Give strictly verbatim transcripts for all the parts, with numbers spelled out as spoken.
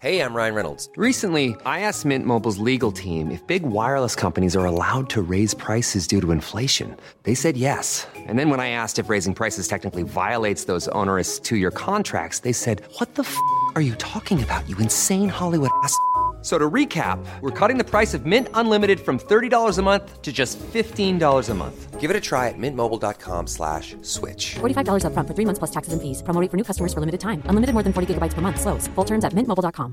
Hey, I'm Ryan Reynolds. Recently, I asked Mint Mobile's legal team if big wireless companies are allowed to raise prices due to inflation. They said yes. And then when I asked if raising prices technically violates those onerous two-year contracts, they said, what the f*** are you talking about, you insane Hollywood ass f- So to recap, we're cutting the price of Mint Unlimited from thirty dollars a month to just fifteen dollars a month. Give it a try at mintmobile.com slash switch. forty-five dollars up front for three months plus taxes and fees. Promo rate for new customers for limited time. Unlimited more than forty gigabytes per month. Slows full terms at mint mobile dot com.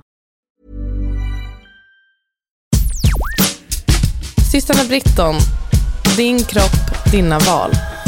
Systrarna Britton, din kropp, dina val.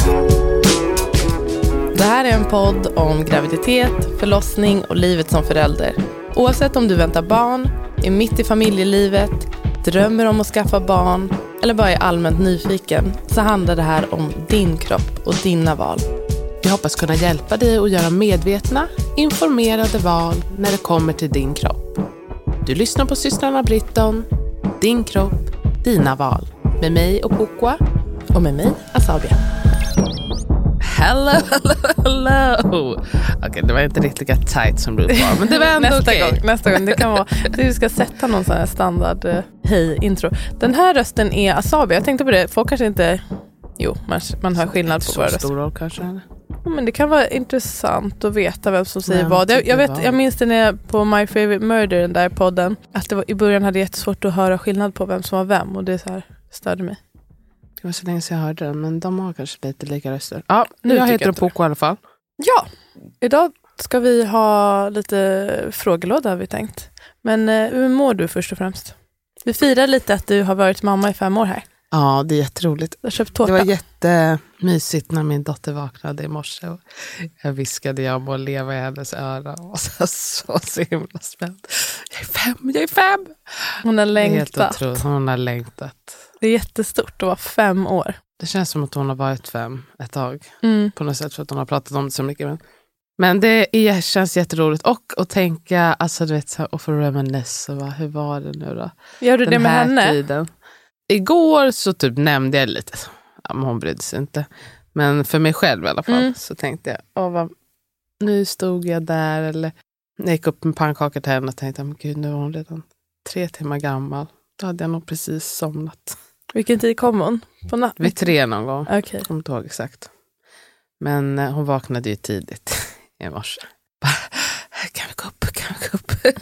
Det här är en podd om graviditet, förlossning och livet som förälder. Oavsett om du väntar barn, är mitt i familjelivet, drömmer om att skaffa barn eller bara är allmänt nyfiken, så handlar det här om din kropp och dina val. Vi hoppas kunna hjälpa dig att göra medvetna, informerade val när det kommer till din kropp. Du lyssnar på Systrarna Britton, din kropp, dina val. Med mig och Pukwa Och med mig, Asabia. Hello, hello, hello. Okej, okay, det var inte riktigt lika tight som du var, men det var ändå nästa okej. gång, nästa gång, det kan vara du ska sätta någon sån här standard uh, hej intro. Den här rösten är Asabia. Jag tänkte på det, folk kanske inte, jo, man, man hör skillnad på våra röster. Stor roll kanske. Ja, men det kan vara intressant att veta vem som säger men, vad. Jag, jag vet, vad. jag minns det när jag på My Favorite Murder, den där podden, att det var, i början hade jag jättesvårt att höra skillnad på vem som var vem, och det så här störde mig. Det var så länge sedan jag hörde den, men de har kanske lite lika röster. Ja, nu Nu jag tycker heter jag Pukwa i alla fall. Ja, idag ska vi ha lite frågelåda har vi tänkt. Men eh, hur mår du först och främst? Vi firar lite att du har varit mamma i fem år här. Ja, det är jätteroligt. Jag har köpt tårta. Det var jättemysigt när min dotter vaknade i morse. Och jag viskade jag om att leva i hennes öra. Och så, så, så himla spänd. Jag är fem, jag är fem! Hon har Det är helt längtat. otroligt. Hon har längtat. Det är jättestort att vara fem år. Det känns som att hon har varit fem ett tag. Mm. På något sätt, för att hon har pratat om det så mycket. Men, men det är, känns jätteroligt. Och att tänka, alltså du vet, så här, och få reminisce. Och bara, hur var det nu då? Gör du Den det med här henne? Tiden. Igår så typ nämnde jag lite. Ja, men hon brydde sig inte. Men för mig själv i alla fall. Mm. Så tänkte jag, åh, vad, nu stod jag där. Eller när jag gick upp med pannkaka till henne och tänkte, men gud, nu var hon redan tre timmar gammal. Då hade jag nog precis somnat. Vilken tid kom hon? På natten? Vid tre någon gång. Okej. Okay. Jag kommer inte ihåg exakt. Men eh, hon vaknade ju tidigt i morse. Bara, kan vi gå upp? Kan vi gå upp?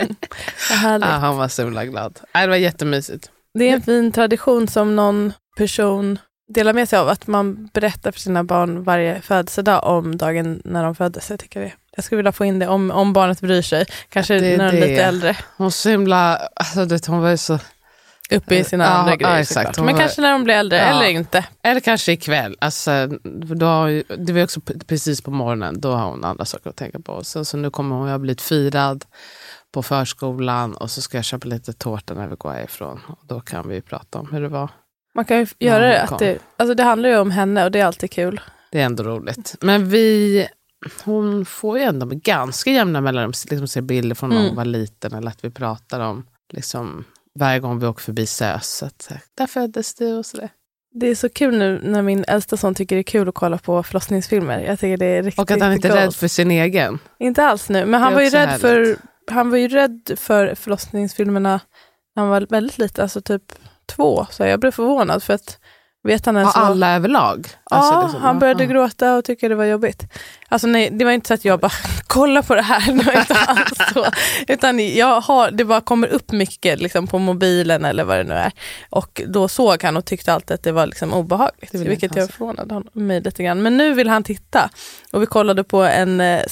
Vad härligt. Ja, han var så himla glad. Ja, det var jättemysigt. Det är en fin tradition som någon person delar med sig av, att man berättar för sina barn varje födelsedag om dagen när de föddes. Jag tycker det. Jag skulle vilja få in det om, om barnet bryr sig. Kanske det, när de är lite äldre. Hon så himla, alltså det, hon var ju så uppe i sina ja, andra ja, grejer exakt. Men var, kanske när de blir äldre, ja. eller inte. Eller kanske ikväll. Alltså, då har ju, det var också precis på morgonen. Då har hon andra saker att tänka på. Så, så nu kommer hon att ha blivit firad på förskolan. Och så ska jag köpa lite tårta när vi går härifrån. Och då kan vi prata om hur det var. Man kan ju göra det. Att det, alltså det handlar ju om henne och det är alltid kul. Det är ändå roligt. Men vi... Hon får ju ändå med ganska jämna mellan liksom se bilder från när hon Mm. var liten. Eller att vi pratar om liksom... Varje gång vi åker förbi Sös. Att, där föddes du och sådär. Det är så kul nu när min äldsta son tycker det är kul att kolla på förlossningsfilmer. Jag tycker det är riktigt Och att han inte är rädd för sin egen. Inte alls nu. Men han var, ju också rädd härligt. för, han var ju rädd för förlossningsfilmerna när han var väldigt liten. Alltså typ två. Så jag blev förvånad för att vet han ens Ja, vad- alla överlag. Ja, Alltså, liksom, han började ja. gråta och tyckte det var jobbigt. Alltså nej, det var inte så att jag bara kolla på det här. Det var inte alls så. Utan jag har, det bara kommer upp mycket liksom, på mobilen eller vad det nu är. Och då såg han och tyckte alltid att det var liksom obehagligt. Vilket jag förvånade honom mig lite grann. Men nu vill han titta. Och vi kollade på en äh,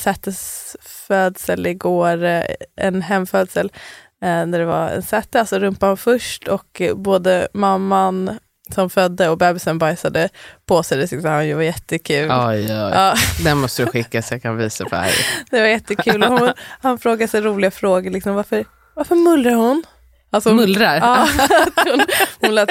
sätesfödsel igår. Äh, en hemfödsel. Äh, där det var en säte, alltså rumpan först. Och äh, både mamman som födde och bebisen bajsade på sig. Det tyckte han ju var jättekul. Oj, oj. Ja. Den måste du skicka så jag kan visa för dig. Det var jättekul. Och hon, han frågade sig roliga frågor. Liksom, varför, varför mullrar hon? Alltså, Mullrar? Ja, hon, hon lät...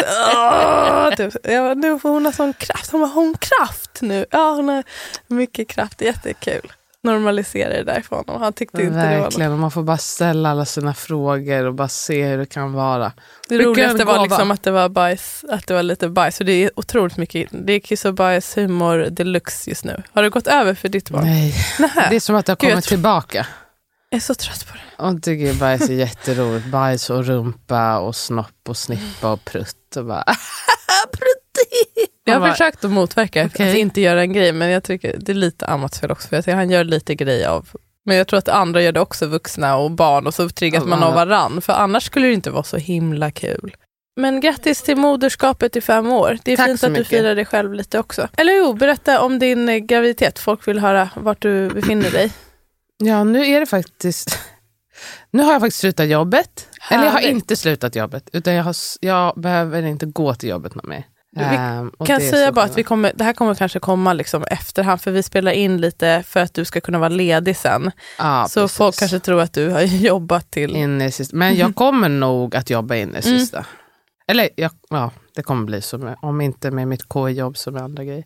Åh, typ. Ja, nu får hon ha sån kraft. Hon har hon kraft nu. Ja, hon har mycket kraft. Jättekul. Normalisera det där för honom. Han tyckte inte det var Verkligen, och man får bara ställa alla sina frågor och bara se hur det kan vara. Det Vilken roligaste var gåva. liksom att det var bajs, att det var lite bajs. Och det är otroligt mycket. Det är kiss och bajs humor deluxe just nu. Har det gått över för ditt barn? Nej, Nähä. det är som att det har Gud, jag kommit tror- tillbaka. Jag är så trött på det. Och tycker bajs är jätteroligt. Bajs och rumpa och snopp och snippa och prutt. Och bara, prutti! Jag har bara, försökt att motverka okay. att inte göra en grej, men jag tycker det är lite Amats fel också, för jag tycker han gör lite grej av. Men jag tror att andra gör det också, vuxna och barn, och så triggas man av varann, för annars skulle det inte vara så himla kul. Men grattis till moderskapet i fem år. Det är Tack fint så att du mycket. firar dig själv lite också. Eller jo, berätta om din graviditet. Folk vill höra vart du befinner dig. Ja, nu är det faktiskt... Nu har jag faktiskt slutat jobbet. Härligt. Eller jag har inte slutat jobbet. Utan jag, har, jag behöver inte gå till jobbet något mer. Vi um, kan säga bara att vi kommer, det här kommer kanske komma liksom efterhand, för vi spelar in lite för att du ska kunna vara ledig sen. Ja, så precis. folk kanske tror att du har jobbat till... In i sista. Men jag kommer nog att jobba in i Mm. sista. Eller jag, ja, det kommer bli så. Med, om inte med mitt K-jobb som med andra grejer.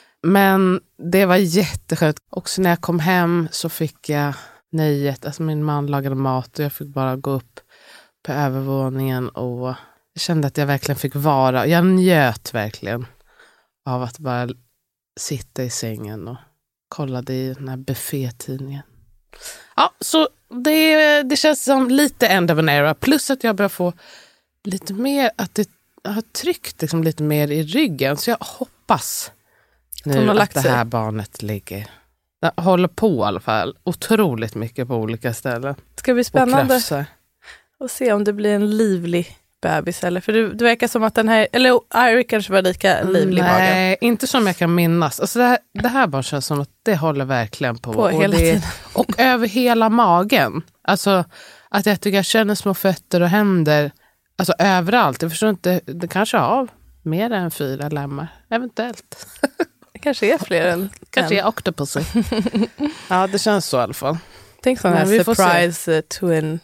Men det var jätteskönt. Också när jag kom hem så fick jag nöjet. Alltså min man lagade mat och jag fick bara gå upp på övervåningen. Och jag kände att jag verkligen fick vara. Jag njöt verkligen av att bara sitta i sängen och kollade i den här buffettidningen. Ja, så det, det känns som lite end of an era. Plus att jag börjar få lite mer, att det har tryckt liksom lite mer i ryggen. Så jag hoppas nu har att lagt det sig. här barnet ligger. Det håller på i alla fall. Otroligt mycket på olika ställen. Det ska bli Och spännande krafsar. att se om det blir en livlig bebis. Eller? För det, det verkar som att den här, eller Irie kanske var lika livlig i magen. Nej, inte som jag kan minnas. Alltså det, här, det här bara känns som att det håller verkligen på. På och, hela det, tiden. och över hela magen. Alltså att jag tycker jag känner små fötter och händer. Alltså överallt. Jag förstår inte, det kanske har mer än fyra lemmar. Eventuellt. Det kanske är fler än Kanske en. är octopusy. Ja, det känns så i alla fall. Tänk sån här Men vi får surprise uh, twin.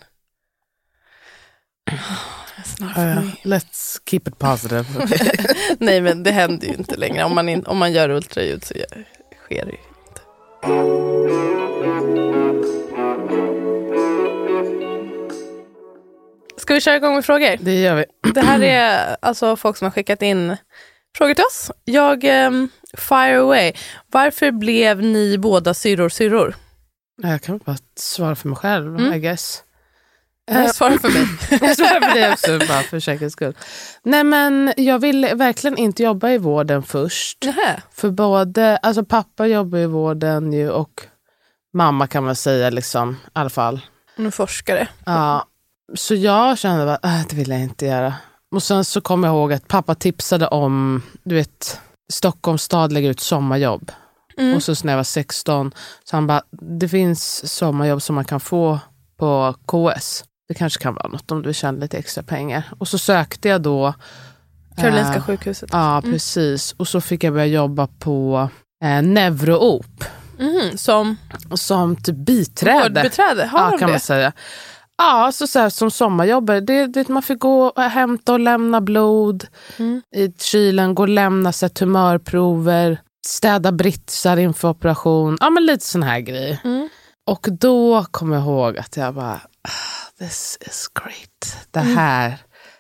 Ja, ja. Let's keep it positive. Nej, men det händer ju inte längre. Om man, in, om man gör ultraljud så gör, sker det ju inte. Ska vi köra igång med frågor? Det gör vi. Det här är alltså folk som har skickat in frågor till oss. Jag, um, fire away. Varför blev ni båda syrror syrror? Jag kan bara svara för mig själv, Mm. I guess. Jag svarar för mig. Jag svarar för det också, bara för säkerhets skull. Nej, men jag vill verkligen inte jobba i vården först. Nähä. För både, alltså pappa jobbar i vården ju och mamma kan man säga liksom, i alla fall. Nu forskare. Ja, så jag kände bara, äh, det vill jag inte göra. Och sen så kom jag ihåg att pappa tipsade om, du vet, Stockholms stad lägger ut sommarjobb. Mm. Och så när jag var sexton, så han bara, det finns sommarjobb som man kan få på K S. Det kanske kan vara något om du tjänar lite extra pengar. Och så sökte jag då. Karolinska eh, sjukhuset. Ja, precis. Och så fick jag börja jobba på eh, Neuroop. Mm, som Som typ biträde. vårdbiträde. Har Ja, de kan det? man säga. Ja, så, så här, som sommarjobbare. Det, det, man fick gå och hämta och lämna blod Mm. i kylen. Gå och lämna så här, tumörprover. Städa britsar inför operation. Ja, men lite sån här grej. Mm. Och då kom jag ihåg att jag bara, ah, this is great. Det här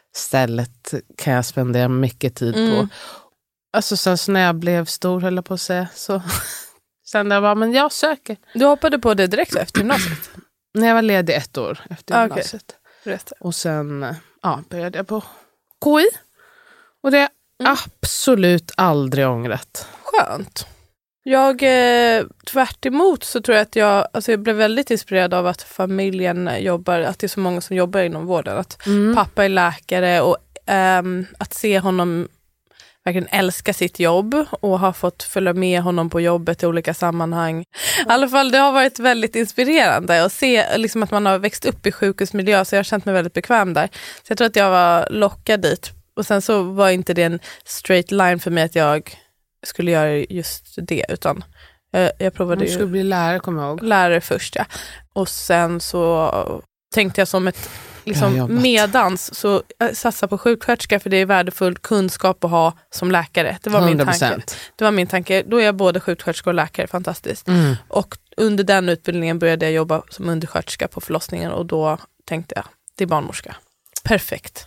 stället kan jag spendera mycket tid Mm. på. Alltså sen så när jag blev stor, höll jag på att säga, så kände jag bara, men jag söker. Du hoppade på det direkt efter gymnasiet? När jag var ledig ett år efter Ah, gymnasiet. Rätt. Och sen ja, började jag på K I. Och det har jag absolut aldrig ångrat. Skönt. Jag, eh, tvärt emot så tror jag att jag, alltså jag blev väldigt inspirerad av att familjen jobbar, att det är så många som jobbar inom vården. Att Mm. pappa är läkare och ehm, att se honom verkligen älska sitt jobb och ha fått följa med honom på jobbet i olika sammanhang. I alla fall, det har varit väldigt inspirerande att se liksom, att man har växt upp i sjukhusmiljö, så jag har känt mig väldigt bekväm där. Så jag tror att jag var lockad dit. Och sen så var inte det en straight line för mig att jag skulle göra just det, utan jag, jag provade Du ju skulle bli lärare, kommer jag ihåg. lärare först, ja. Och sen så tänkte jag som ett Bra liksom, jobbat. medans, så jag satsar på sjuksköterska, för det är värdefull kunskap att ha som läkare. Det var min hundra tanke. procent. Det var min tanke. Då är jag både sjuksköterska och läkare, fantastiskt. Mm. Och under den utbildningen började jag jobba som undersköterska på förlossningen, och då tänkte jag, det är barnmorska. Perfekt.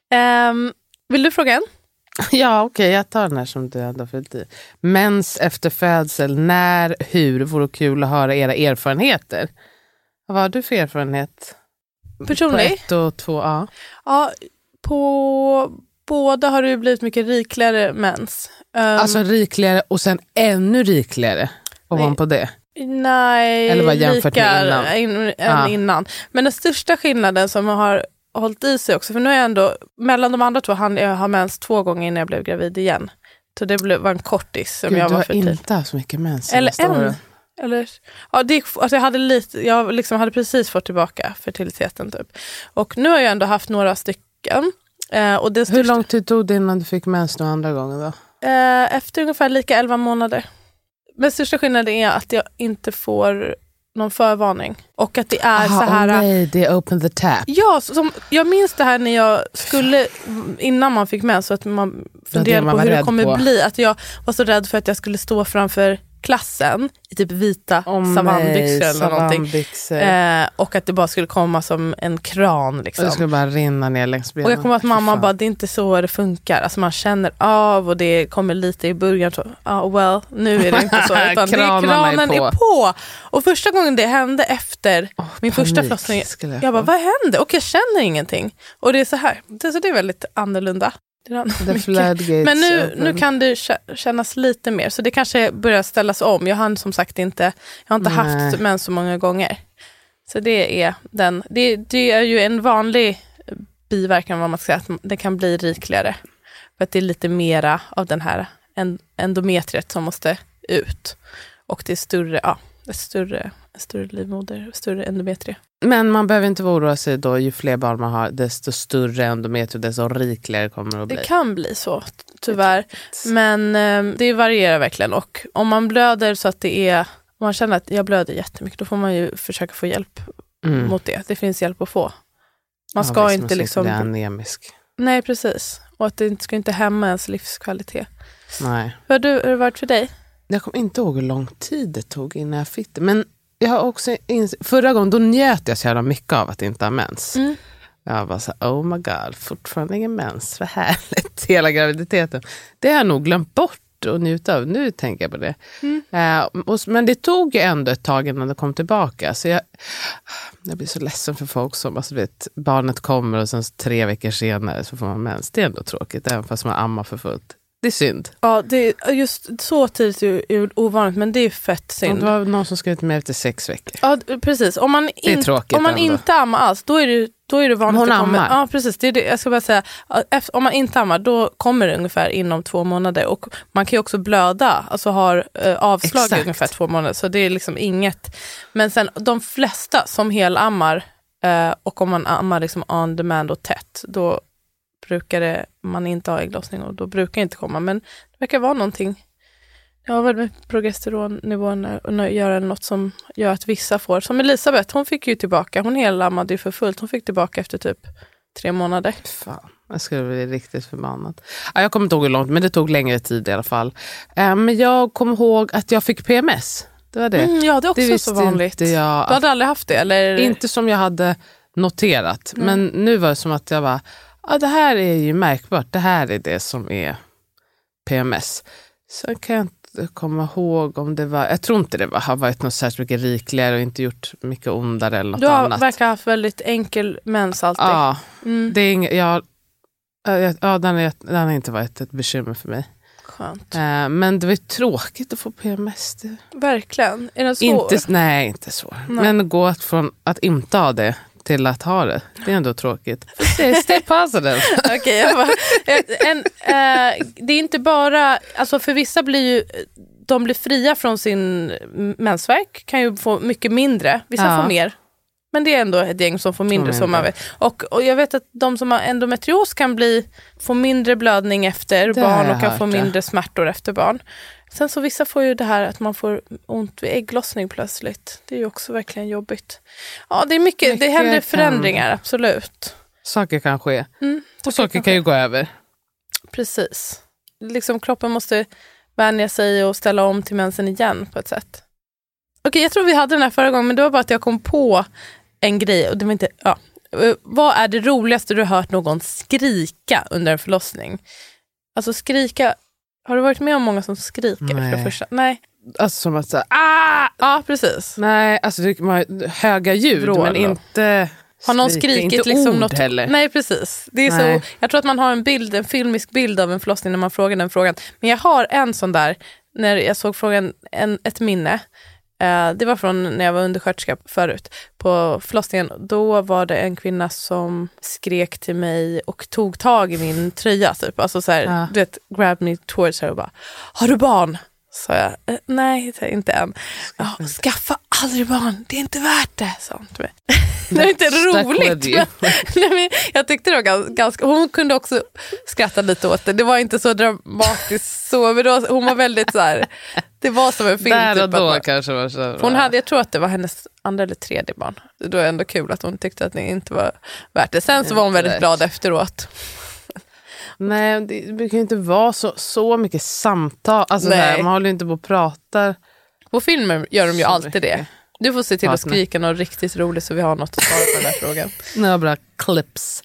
Um, vill du fråga en? Ja, okej, jag tar den här som du ändå fyllt i. Mens efter födsel, när, hur, vore kul att höra era erfarenheter. Vad har du för erfarenhet? Personlig? På ett och två, ja. Ja, på båda har det blivit mycket rikligare mens. Um, Alltså rikligare och sen ännu rikligare ovanpå det. Nej, eller vad jämfört med rikare innan? In, än Ja. innan. Men den största skillnaden som jag har hållit i sig också, för nu är jag ändå, mellan de andra två hann jag ha mens två gånger innan jag blev gravid igen. Så det blev, var en kortis som Gud, jag du var har för tid. inte haft så mycket mens. Eller en. Eller, ja, det, alltså jag hade lite, jag liksom hade precis fått tillbaka fertiliteten typ. Och nu har jag ändå haft några stycken. Eh, och det Hur lång tid tog det innan du fick mens nu andra gången då? Eh, efter ungefär lika elva månader. Men största skillnaden är att jag inte får någon förvarning. Och att det är Aha, så här... Oh nej, det är open the tap. Ja, som, jag minns det här när jag skulle, innan man fick mens, så att man funderade man på var hur det rädd kommer på. bli. Att jag var så rädd för att jag skulle stå framför klassen i typ vita Oh, savannbyxor nej, eller någonting. savannbyxor. Eh, och att det bara skulle komma som en kran Och liksom. det skulle bara rinna ner längs benen. Och jag kommer att mamma Fy fan. bara, det är inte så det funkar. Alltså man känner av och det kommer lite i början. Så, ah, well, nu är det inte så. Utan det är, Kranarna är kranen på. är på. Och första gången det hände efter Oh, min panik första förlossning, skulle jag jag bara, få. vad hände? Och jag känner ingenting. Och det är så här. Det, så det är väldigt annorlunda. Det är The mycket. floodgates Men nu, open. nu kan det kä- kännas lite mer. Så det kanske börjar ställas om. Jag har som sagt inte, jag har inte Nej. haft mens så många gånger. Så det är den. Det, det är ju en vanlig biverkan, vad man ska säga, att det kan bli rikligare. För att det är lite mera av den här en- endometriet som måste ut. Och det är större, ja, ett större, större livmoder, större endometrie. Men man behöver inte oroa sig då, ju fler barn man har, desto större endometrium, desto rikligare kommer det att bli. Det kan bli så, tyvärr. Men eh, det varierar verkligen. Och om man blöder så att det är, om man känner att jag blöder jättemycket, då får man ju försöka få hjälp Mm. mot det. Det finns hjälp att få. Man Ja, ska visst, man inte ska liksom... bli anemisk. Nej, precis. Och att det inte ska inte hämma ens livskvalitet. Nej. Hur har du, hur har det varit för dig? Jag kommer inte ihåg hur lång tid det tog innan jag fick det. Men jag har också ins- förra gången då njöt jag så jävla mycket av att inte ha mens. Mm. Jag var så här, oh my god, fortfarande ingen mens, vad härligt, hela graviditeten. Det har jag nog glömt bort att njuta av, nu tänker jag på det. Mm. Uh, och, men det tog ju ändå ett tag innan det kom tillbaka. Så jag, jag blir så ledsen för folk som, alltså, vet, barnet kommer och sen tre veckor senare så får man mens. Det är ändå tråkigt, även fast man ammar för fullt. Det är synd. Ja, det är just så tidigt är ju ovanligt, men det är fett synd. Det var någon som skrev till mig efter sex veckor. Ja, precis. Om man, Det är in, tråkigt om man ändå. inte ammar alls, då är det, då är det vanligt Hon att det kommer. ammar. Ja, precis. Det är det. Jag ska bara säga, efter, om man inte ammar, då kommer det ungefär inom två månader. Och man kan ju också blöda, alltså har eh, avslag i Exakt. ungefär två månader. Så det är liksom inget. Men sen de flesta som helammar, eh, och om man ammar liksom on demand och tätt, då brukar det, man inte ha ägglossning och då brukar det inte komma. Men det verkar vara någonting. Jag har väl med progesteronnivån och göra något som gör att vissa får. Som Elisabeth, hon fick ju tillbaka. Hon helammade ju för fullt. Hon fick tillbaka efter typ tre månader. Fan, jag skulle bli riktigt förbannad. Ja, jag kommer inte ihåg hur långt, men det tog längre tid i alla fall. Eh, men jag kommer ihåg att jag fick P M S. Det var det. Mm, ja, det är också Det visste så vanligt. inte jag. Du hade aldrig haft det? Eller? Inte som jag hade noterat. Mm. Men nu var det som att jag bara, ja, det här är ju märkbart. Det här är det som är P M S. Sen kan jag inte komma ihåg om det var, jag tror inte det var, har varit något särskilt mycket rikligare och inte gjort mycket ondare eller något Du har, annat. verkar ha haft väldigt enkel mens alltid. Ja, Mm, det är inget, jag, ja, ja, den, är, den har inte varit ett bekymmer för mig. skönt. Eh, men det var ju tråkigt att få P M S. Det. Verkligen. Är den svår? Inte, nej, inte så. Nej. Men gå från att inte ha det till att ha det, det är ändå tråkigt. Stay, stay positive. Okej, jag bara, en, eh, det är inte bara, alltså för vissa blir ju, de blir fria från sin mensvärk, kan ju få mycket mindre, vissa Ja. får mer. Men det är ändå ett gäng som får mindre, Får som man mindre. vet. Och, och jag vet att de som har endometrios kan bli, få mindre blödning efter Det har barn jag och kan hört, få ja. mindre smärtor efter barn. Sen så vissa får ju det här att man får ont vid ägglossning plötsligt. Det är ju också verkligen jobbigt. Ja, det är mycket, Mycket det händer kan- förändringar, absolut. Saker kan ske. Mm, Och saker kan ju gå över. Precis. Liksom kroppen måste vänja sig och ställa om till mensen igen på ett sätt. Okej, jag tror vi hade den här förra gången, men det var bara att jag kom på en grej. Och det var inte, ja. Vad är det roligaste du har hört någon skrika under en förlossning? Alltså skrika, har du varit med om många som skriker? Nej. För det första? Nej. alltså som att säga ah! Ja, precis. Nej, alltså det man, höga ljud Vrål, men inte har någon skrika, skrikit inte liksom ord något? heller. Nej, precis. Det är Nej. så, jag tror att man har en bild, en filmisk bild av en förlossning när man frågar den frågan. Men jag har en sån där, när jag såg frågan, en, ett minne. Uh, det var från när jag var undersköterska förut. På förlossningen, då var det en kvinna som skrek till mig och tog tag i min tröja typ. Alltså så här, ja. du vet, grab me towards her och bara, har du barn? Sa jag, eh, nej, inte än. Ja, skaffa aldrig barn, det är inte värt det, sånt. Det är inte roligt. Men, nej, men jag tyckte det var ganska, hon kunde också skratta lite åt det. Det var inte så dramatiskt så, men då, hon var väldigt så här, det var som en film. Där och typ, då man, kanske var så. hon hade, jag tror att det var hennes andra eller tredje barn. Då är det ändå kul att hon tyckte att det inte var värt det. Sen så var hon väldigt värt. glad efteråt. Nej, det brukar ju inte vara så, så mycket samtal. Alltså Nej. här, man håller ju inte på och pratar. På filmer gör de ju Så alltid mycket. det. Du får se till att Partner. skrika något riktigt roligt så vi har något att svara på den här frågan. Några bra clips.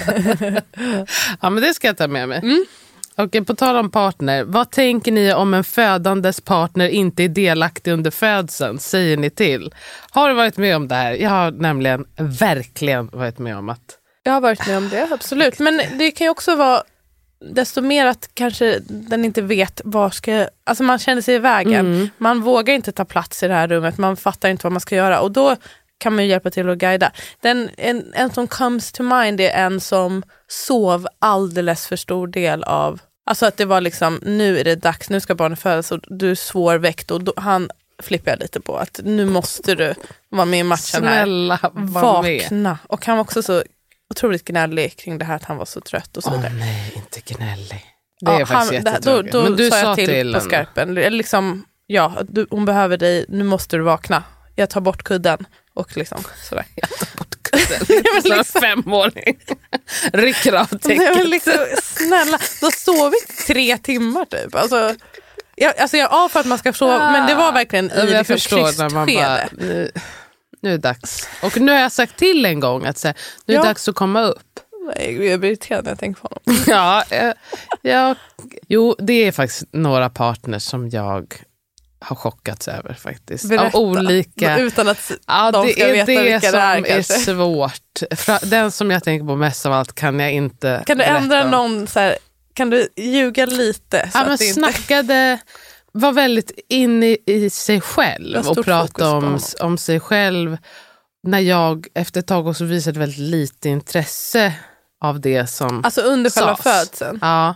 Ja, men det ska jag ta med mig. Mm. Okej, på tal om partner. Vad tänker ni om en födandes partner inte är delaktig under födseln? Säger ni till? Har du varit med om det här? Jag har nämligen verkligen varit med om att... Jag har varit med om det, absolut. Men det kan ju också vara desto mer att kanske den inte vet vad ska... Alltså man känner sig i vägen. Mm. Man vågar inte ta plats i det här rummet. Man fattar inte vad man ska göra. Och då kan man ju hjälpa till att guida. Den, en, en som comes to mind är en som sov alldeles för stor del av... Alltså att det var liksom, nu är det dags, nu ska barnet födas och du är svårväckt. Och då, han flippar jag lite på att nu måste du vara med i matchen här. Snälla, var med. Vakna. Och han var också så otroligt gnällig kring det här att han var så trött och så Åh vidare. nej, inte gnällig. Det Ja, är faktiskt han, det- jättetråkigt. Då, då Men du sa sa jag till, till på henne. skarpen. Eller liksom, ja, du, hon behöver dig, nu måste du vakna. Jag tar bort kudden. Och liksom sådär. Jag tar bort kudden. Som en femåring. Rycker av Nej, men täcket. liksom, snälla, då sov vi tre timmar typ. Alltså, jag, alltså jag är av för att man ska sova, Ja. men det var verkligen i Ja, jag liksom förstår när man bara, krystskede. nu, nu är det dags. Och nu har jag sagt till en gång att säga, nu är det Ja. dags att komma upp. Nej, jag blir irriterad när jag tänker på honom. Ja, eh, ja, jo, det är faktiskt några partners som jag har chockats över faktiskt. Berätta. Av olika... Utan att Ja, de det ska är veta det vilka som det är är kanske. svårt. Fra- Den som jag tänker på mest av allt kan jag inte Kan du berätta ändra om. någon så här, kan du ljuga lite? Så Ja, att men det inte... snackade, var väldigt inne i sig själv Det var och stort fokus på pratade om, honom. om sig själv. När jag efter ett tag också visade väldigt lite intresse av det som Alltså under själva sas. födseln. Ja.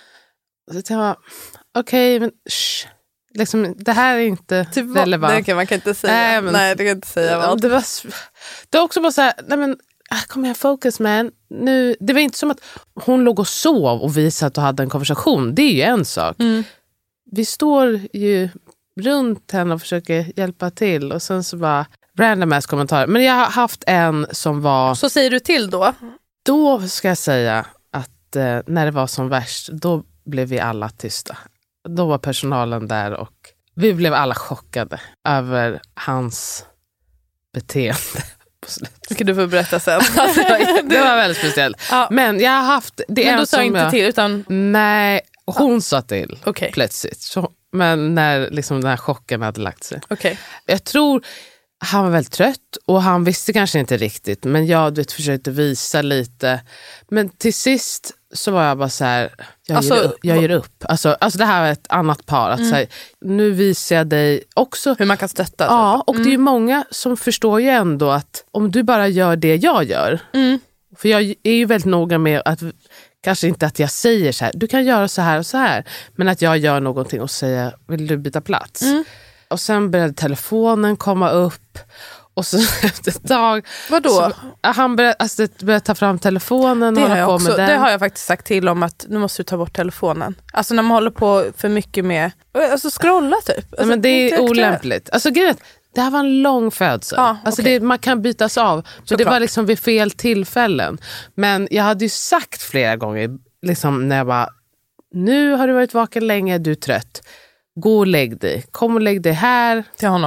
Så tänkte jag, okej, men shh. Liksom, det här är inte Typ vad? relevant. Det kan man kan inte säga. Nej, Nej, men- det kan inte säga. Vad. Det var, s- det var också bara så här, nej men, ah, kom igen, focus man. Nu, det var inte som att hon låg och sov och vi satt och hade en konversation. Det är ju en sak. Mm. Vi står ju runt henne och försöker hjälpa till. Och sen så bara random ass kommentarer. Men jag har haft en som var... Så säger du till då? Då ska jag säga att eh, när det var som värst, då blev vi alla tysta. Då var personalen där och vi blev alla chockade över hans beteende på slutet. Ska du få berätta sen. Alltså, det var väldigt speciellt. Ja. Men jag har haft... Det är Men en då sa jag som inte till utan Nej, hon sa till okej. plötsligt. Så, men när liksom den här chocken hade lagt sig. Okej. Jag tror han var väldigt trött och han visste kanske inte riktigt. Men jag du vet, försökte visa lite. Men till sist så var jag bara så här, jag, Alltså, ger, upp, jag ger upp. Alltså, alltså det här var ett annat par. Att så här, nu visar jag dig också. Hur man kan stötta. Ja, och det är ju många som förstår ju ändå att om du bara gör det jag gör. Mm. För jag är ju väldigt noga med att, kanske inte att jag säger så här, du kan göra så här och så här. Men att jag gör någonting och säger, vill du byta plats? Mm. Och sen började telefonen komma upp. Och så efter ett tag... Vadå? Så, han började, alltså, började ta fram telefonen och Det har, hålla jag på också, med den. det har jag faktiskt sagt till om att nu måste du ta bort telefonen. Alltså när man håller på för mycket med, alltså scrolla typ. Alltså, Nej, men det är inte aktuellt. olämpligt. Alltså grejen, det här var en lång födsel. Ja, alltså okej. det, man kan bytas av. Så det Såklart. var liksom vid fel tillfällen. Men jag hade ju sagt flera gånger, liksom när jag bara, nu har du varit vaken länge, du är trött. Gå och lägg dig. Kom och lägg dig här. Till honom.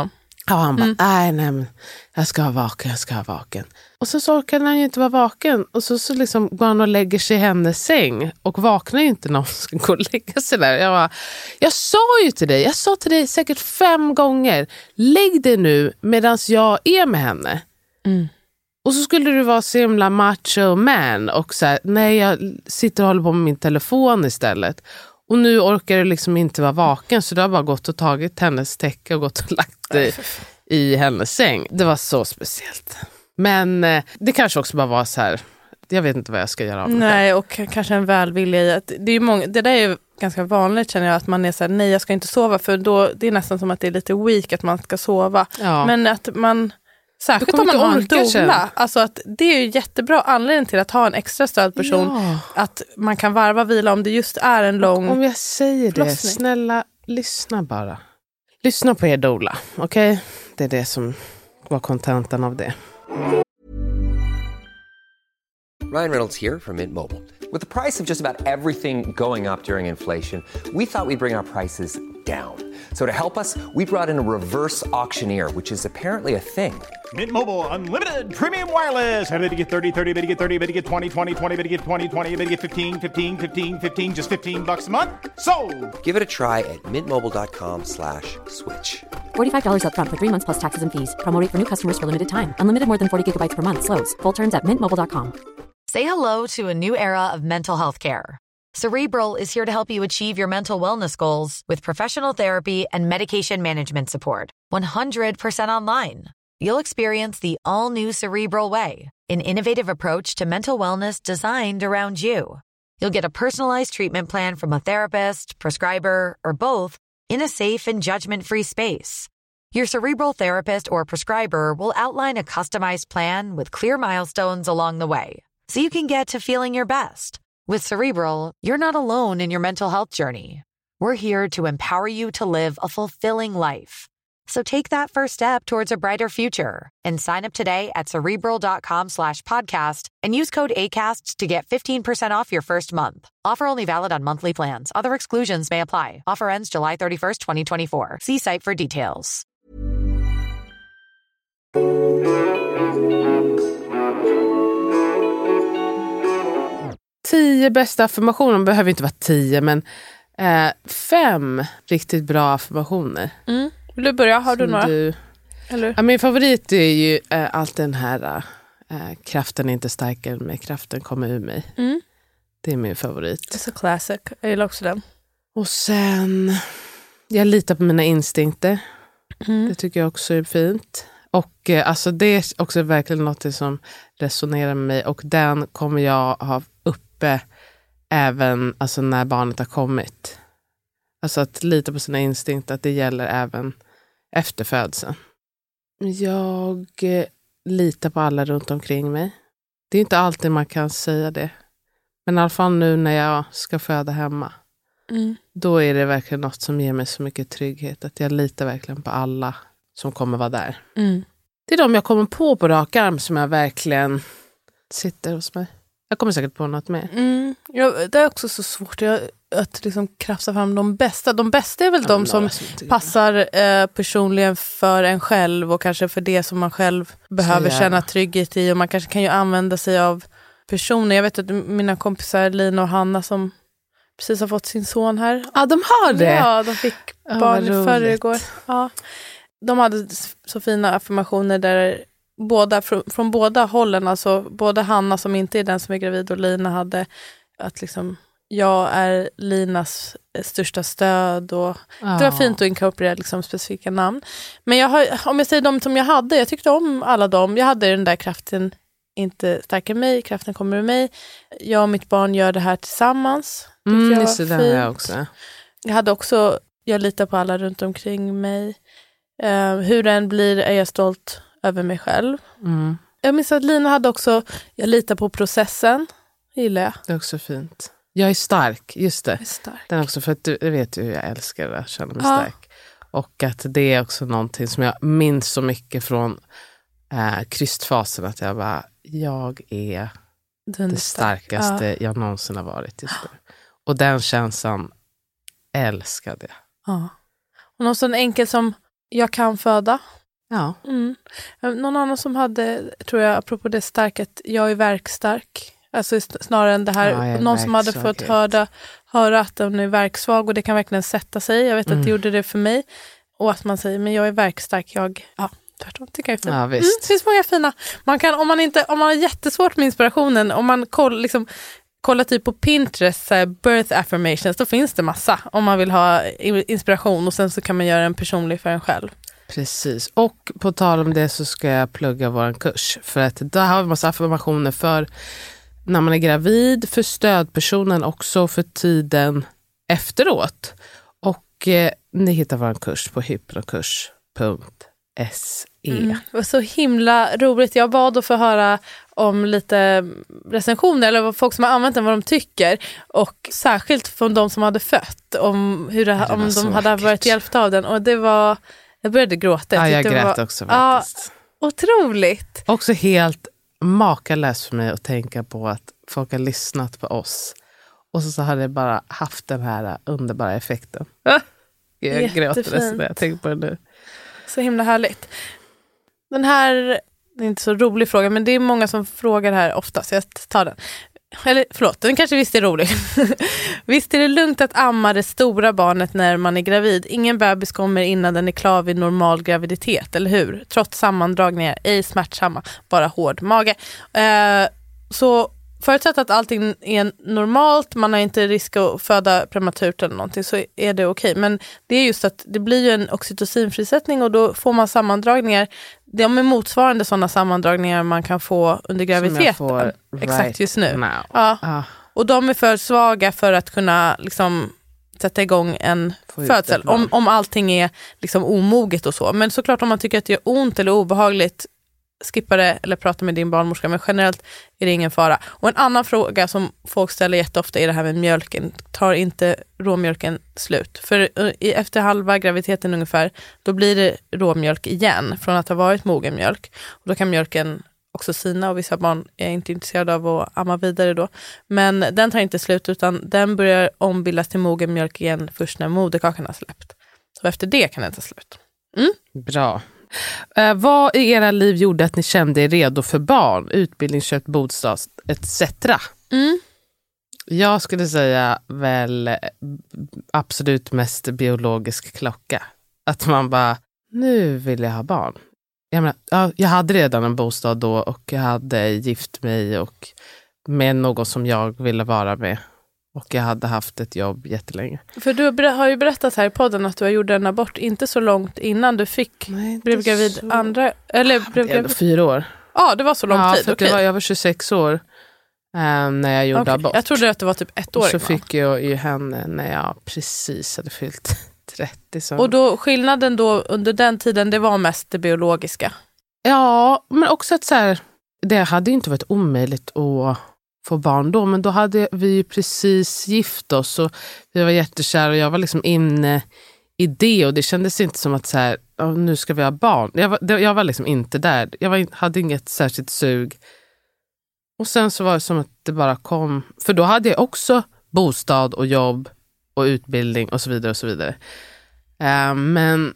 Ja, han bara, Mm. nej, nej, men jag ska vara vaken, jag ska vara vaken. Och så, så orkar han ju inte vara vaken. Och så, så liksom går han och lägger sig i hennes säng. Och vaknar ju inte när hon ska gå och lägga sig där. Jag bara, jag sa ju till dig, jag sa till dig säkert fem gånger. Lägg dig nu medan jag är med henne. Mm. Och så skulle du vara så himla macho man. Och så här, nej, jag sitter och håller på med min telefon istället. Och nu orkar du liksom inte vara vaken. Så du har bara gått och tagit hennes täcke och gått och lagt dig i hennes säng. Det var så speciellt. Men eh, det kanske också bara var så här. Jag vet inte vad jag ska göra av det. Nej, och k- kanske en välvilja i att det är ju många, det där är ju ganska vanligt, känner jag, att man är så här, nej jag ska inte sova, för då det är nästan som att det är lite weak att man ska sova. Ja. Men att man, särskilt kommer om man inte har en orka sen. doula, alltså att det är ju jättebra anledning till att ha en extra stödperson, Ja. att man kan varva vila om det just är en lång... Om jag säger det, förlossning. snälla lyssna bara. Lyssna på er doula, okej? Okay? Det är det som var kontentan av det. Ryan Reynolds here from Mint Mobile. With the price of just about everything going up during inflation, we thought we'd bring our prices down. So to help us, we brought in a reverse auctioneer, which is apparently a thing. Mint Mobile Unlimited Premium Wireless. How to get thirty, thirty, how to get thirty, how to get twenty, twenty, twenty, how to get twenty, twenty, how to get fifteen, fifteen, fifteen, fifteen, just fifteen bucks a month? Sold! Give it a try at mintmobile.com slash switch. forty-five dollars up front for three months plus taxes and fees. Promo rate for new customers for limited time. Unlimited more than forty gigabytes per month. Slows full terms at mint mobile dot com. Say hello to a new era of mental health care. Cerebral is here to help you achieve your mental wellness goals with professional therapy and medication management support. one hundred percent online. You'll experience the all-new Cerebral Way, an innovative approach to mental wellness designed around you. You'll get a personalized treatment plan from a therapist, prescriber, or both in a safe and judgment-free space. Your Cerebral therapist or prescriber will outline a customized plan with clear milestones along the way, so you can get to feeling your best. With Cerebral, you're not alone in your mental health journey. We're here to empower you to live a fulfilling life. So take that first step towards a brighter future and sign up today at Cerebral.com slash podcast and use code ACAST to get fifteen percent off your first month. Offer only valid on monthly plans. Other exclusions may apply. Offer ends July thirty-first, twenty twenty-four. See site for details. Tio bästa affirmationer, behöver inte vara tio, men eh, fem riktigt bra affirmationer. Mm. Vill du börja? Har du Som några? Du, Eller? ja, min favorit är ju eh, allt den här eh, kraften är inte starkare med kraften kommer ur mig. Mm. Det är min favorit. It's a classic. Jag gillar också den. Och sen, jag litar på mina instinkter. Mm. Det tycker jag också är fint. Och eh, alltså det är också verkligen något som resonerar med mig. Och den kommer jag ha uppe även alltså, när barnet har kommit. Alltså att lita på sina instinkter, att det gäller även efter födseln. Jag eh, litar på alla runt omkring mig. Det är inte alltid man kan säga det. Men i alla fall nu när jag ska föda hemma. Mm. Då är det verkligen något som ger mig så mycket trygghet. Att jag litar verkligen på alla som kommer vara där. Mm. Det är de jag kommer på på rak arm som jag verkligen sitter hos mig. Jag kommer säkert på något mer. Mm. Ja, det är också så svårt jag, att liksom krafsa fram de bästa. De bästa är väl Ja, de som som passar eh, personligen för en själv och kanske för det som man själv behöver gärna. känna trygghet i. Och man kanske kan ju använda sig av personer. Jag vet att mina kompisar Lina och Hanna som precis har fått sin son här. Ja, de har det. Ja, de fick Ja, barn vad roligt. förr igår. Ja. De hade så fina affirmationer där båda, från, från båda hållen, alltså både Hanna som inte är den som är gravid och Lina hade att liksom, jag är Linas största stöd och Ja. det var fint att inkorporera liksom specifika namn. Men jag har, om jag säger de som jag hade, jag tyckte om alla dem. Jag hade den där kraften inte starkare mig, kraften kommer ur mig. Jag och mitt barn gör det här tillsammans. Tyckte Mm, jag just det, var den har jag fint. också. Jag hade också, jag litar på alla runt omkring mig. Uh, hur den blir är jag stolt över mig själv. Mm, Jag minns att Lina hade också, jag litar på processen. Gillar jag. det är också fint. Jag är stark, just det. Jag är stark. Den också, för att du vet ju hur jag älskar att känna mig Ja. stark. Och att det är också någonting som jag minns så mycket från eh, krystfasen. Att jag bara, jag är Den det är stark. starkaste Ja. jag någonsin har varit just nu. Och den känslan älskade jag. Ja. Och någon sån enkel som jag kan föda. Ja. Mm. Någon annan som hade, tror jag, apropå det starkt, att jag är verkstark. Alltså snarare än det här, ja, någon som hade fått höra, höra att den är verksvag och det kan verkligen sätta sig. Jag vet mm. att det gjorde det för mig. Och att man säger, men jag är verkstark, jag, ja, tvärtom tycker jag är fint. Ja, visst. Mm, det finns många fina. Man kan, om man inte, om man har jättesvårt med inspirationen, om man koll, liksom, kollar typ på Pinterest, så här, birth affirmations, då finns det massa om man vill ha inspiration och sen så kan man göra en personlig för en själv. Precis, och på tal om det så ska jag plugga vår kurs, för att där har vi massa affirmationer för när man är gravid, för stödpersonen, också för tiden efteråt. Och eh, ni hittar vår kurs på hypnokurs punkt se. Mm. Det var så himla roligt. Jag bad att få höra om lite recensioner eller folk som har använt den, vad de tycker. Och särskilt från de som hade fött, om hur det, det om de hade vackert. Varit hjälpta av den. Och det var, jag började gråta. Jag, ja, jag grät var, också faktiskt. Ja, otroligt. Också helt makalöst för mig att tänka på att folk har lyssnat på oss. Och så, så har det bara haft den här underbara effekten. Jag gråter när jag tänker på det nu. Så himla härligt. Den här, det är inte så rolig fråga, men det är många som frågar här ofta, så jag tar den. Eller förlåt, den kanske visst är rolig. Visst är det lugnt att amma det stora barnet när man är gravid? Ingen bebis kommer innan den är klar vid normal graviditet, eller hur? Trots sammandragningar, ej smärtsamma, bara hård mage. Eh, så förutsatt att allting är normalt, man har inte risk att föda prematurt eller någonting, så är det okej. Men det är just att det blir ju en oxytocinfrisättning och då får man sammandragningar. De är motsvarande sådana sammandragningar man kan få under graviditeten. Exakt just nu. Ja. Ah. Och de är för svaga för att kunna liksom sätta igång en födsel. Om, om allting är liksom omoget och så. Men såklart om man tycker att det gör ont eller obehagligt, skippa det eller prata med din barnmorska, men generellt är det ingen fara. Och en annan fråga som folk ställer jätteofta är det här med mjölken. Tar inte råmjölken slut? För efter halva graviditeten ungefär, då blir det råmjölk igen från att ha varit mogen mjölk. Och då kan mjölken också sina och vissa barn är inte intresserade av att amma vidare då. Men den tar inte slut utan den börjar ombildas till mogen mjölk igen först när moderkakan har släppt. Så efter det kan den ta slut. Mm? Bra. Uh, vad i era liv gjorde att ni kände er redo för barn, utbildning, köpt bostad et cetera? Mm. Jag skulle säga väl absolut mest biologisk klocka. Att man bara, nu vill jag ha barn. Jag menar, ja, jag hade redan en bostad då och jag hade gift mig och med någon som jag ville vara med. Och jag hade haft ett jobb jättelänge. För du har ju berättat här i podden att du har gjort en abort inte så långt innan du fick Nej, blev gravid så... andra... Eller blev gravid... Fyra år. Ja, det var så lång ja, tid. För okay. det var, jag var tjugosex år um, när jag gjorde okay. abort. Jag trodde att det var typ ett år. Och så innan. Fick jag ju henne när jag precis hade fyllt trettio. Så. Och då skillnaden då under den tiden, det var mest det biologiska? Ja, men också att så här, det hade ju inte varit omöjligt att få barn då, men då hade vi ju precis gift oss och vi var jättekära och jag var liksom inne i det och det kändes inte som att så här, oh, nu ska vi ha barn. Jag var, det, jag var liksom inte där. Jag var, hade inget särskilt sug. Och sen så var det som att det bara kom, för då hade jag också bostad och jobb och utbildning och så vidare och så vidare. Uh, men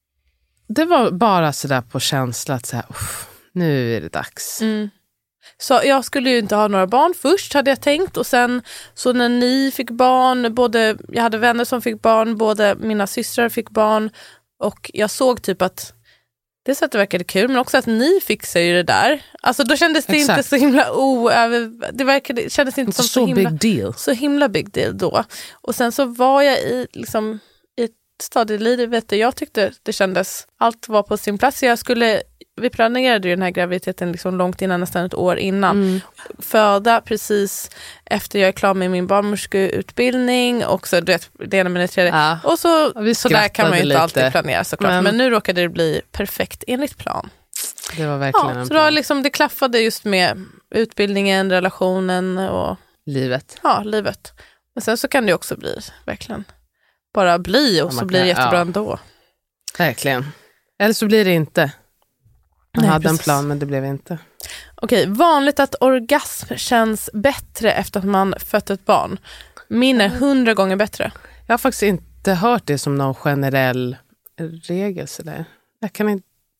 det var bara så där på känsla att så här, nu är det dags. Mm. Så jag skulle ju inte ha några barn först hade jag tänkt och sen så när ni fick barn, både jag hade vänner som fick barn, både mina systrar fick barn och jag såg typ att det så att det verkade kul men också att ni fixade ju det där. Alltså då kändes det Exakt. Inte så himla oöver, det verkade kändes inte, inte som så, så himla big deal. Så himla big deal då. Och sen så var jag i liksom i ett stadie i livet jag tyckte det kändes allt var på sin plats. Jag skulle vi planerade ju den här graviditeten liksom långt innan, nästan ett år innan. Mm. Föda precis efter jag är klar med min barnmorskeutbildning och så du vet, det ena med det tredje. Ja. Och så, så där kan man ju inte lite. Alltid planera såklart. Men, men nu råkade det bli perfekt enligt plan. Det var verkligen ja, en så plan. då liksom, det klaffade just med utbildningen, relationen och livet. Ja, livet. Men sen så kan det också bli verkligen bara bli och ja, så blir det jättebra ja. Ändå. Verkligen. Eller så blir det inte. Jag Nej, hade precis. En plan men det blev inte. Okej, vanligt att orgasm känns bättre efter att man fött ett barn. Min är hundra gånger bättre. Jag har faktiskt inte hört det som någon generell regel. Så där. Jag kan inte,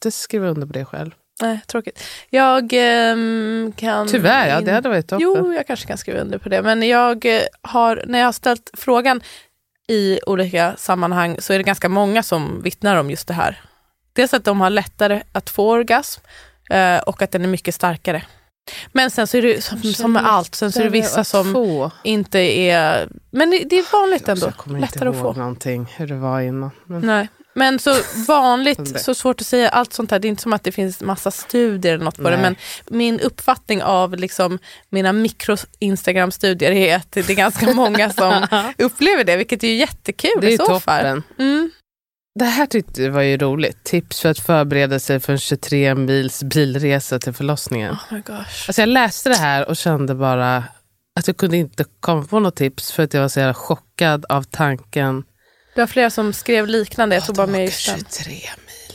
inte skriva under på det själv. Nej, tråkigt. Jag ehm, kan... Tyvärr, ja, det hade varit toppen. Jo, jag kanske kan skriva under på det. Men jag eh, har, när jag har ställt frågan i olika sammanhang så är det ganska många som vittnar om just det här. Dels att de har lättare att få orgasm eh, och att den är mycket starkare. Men sen så är det som, som med allt, sen så är det vissa som få. inte är... Men det, det är vanligt ändå. Jag kommer lättare inte ihåg att få. någonting, hur det var innan. Men... Nej. Men så vanligt, så svårt att säga allt sånt här. Det är inte som att det finns massa studier eller något på Nej. det. Men min uppfattning av liksom mina mikro-Instagram-studier är att det är ganska många som upplever det. Vilket är ju jättekul det är i så toppen. fall. Mm. Det här tyckte jag var ju roligt. Tips för att förbereda sig för en tjugotre mils bilresa till förlossningen. Oh my gosh. Alltså jag läste det här och kände bara att jag kunde inte komma på något tips för att jag var så jävla chockad av tanken. Det var flera som skrev liknande. Jag tog bara med just den. tjugotre mil.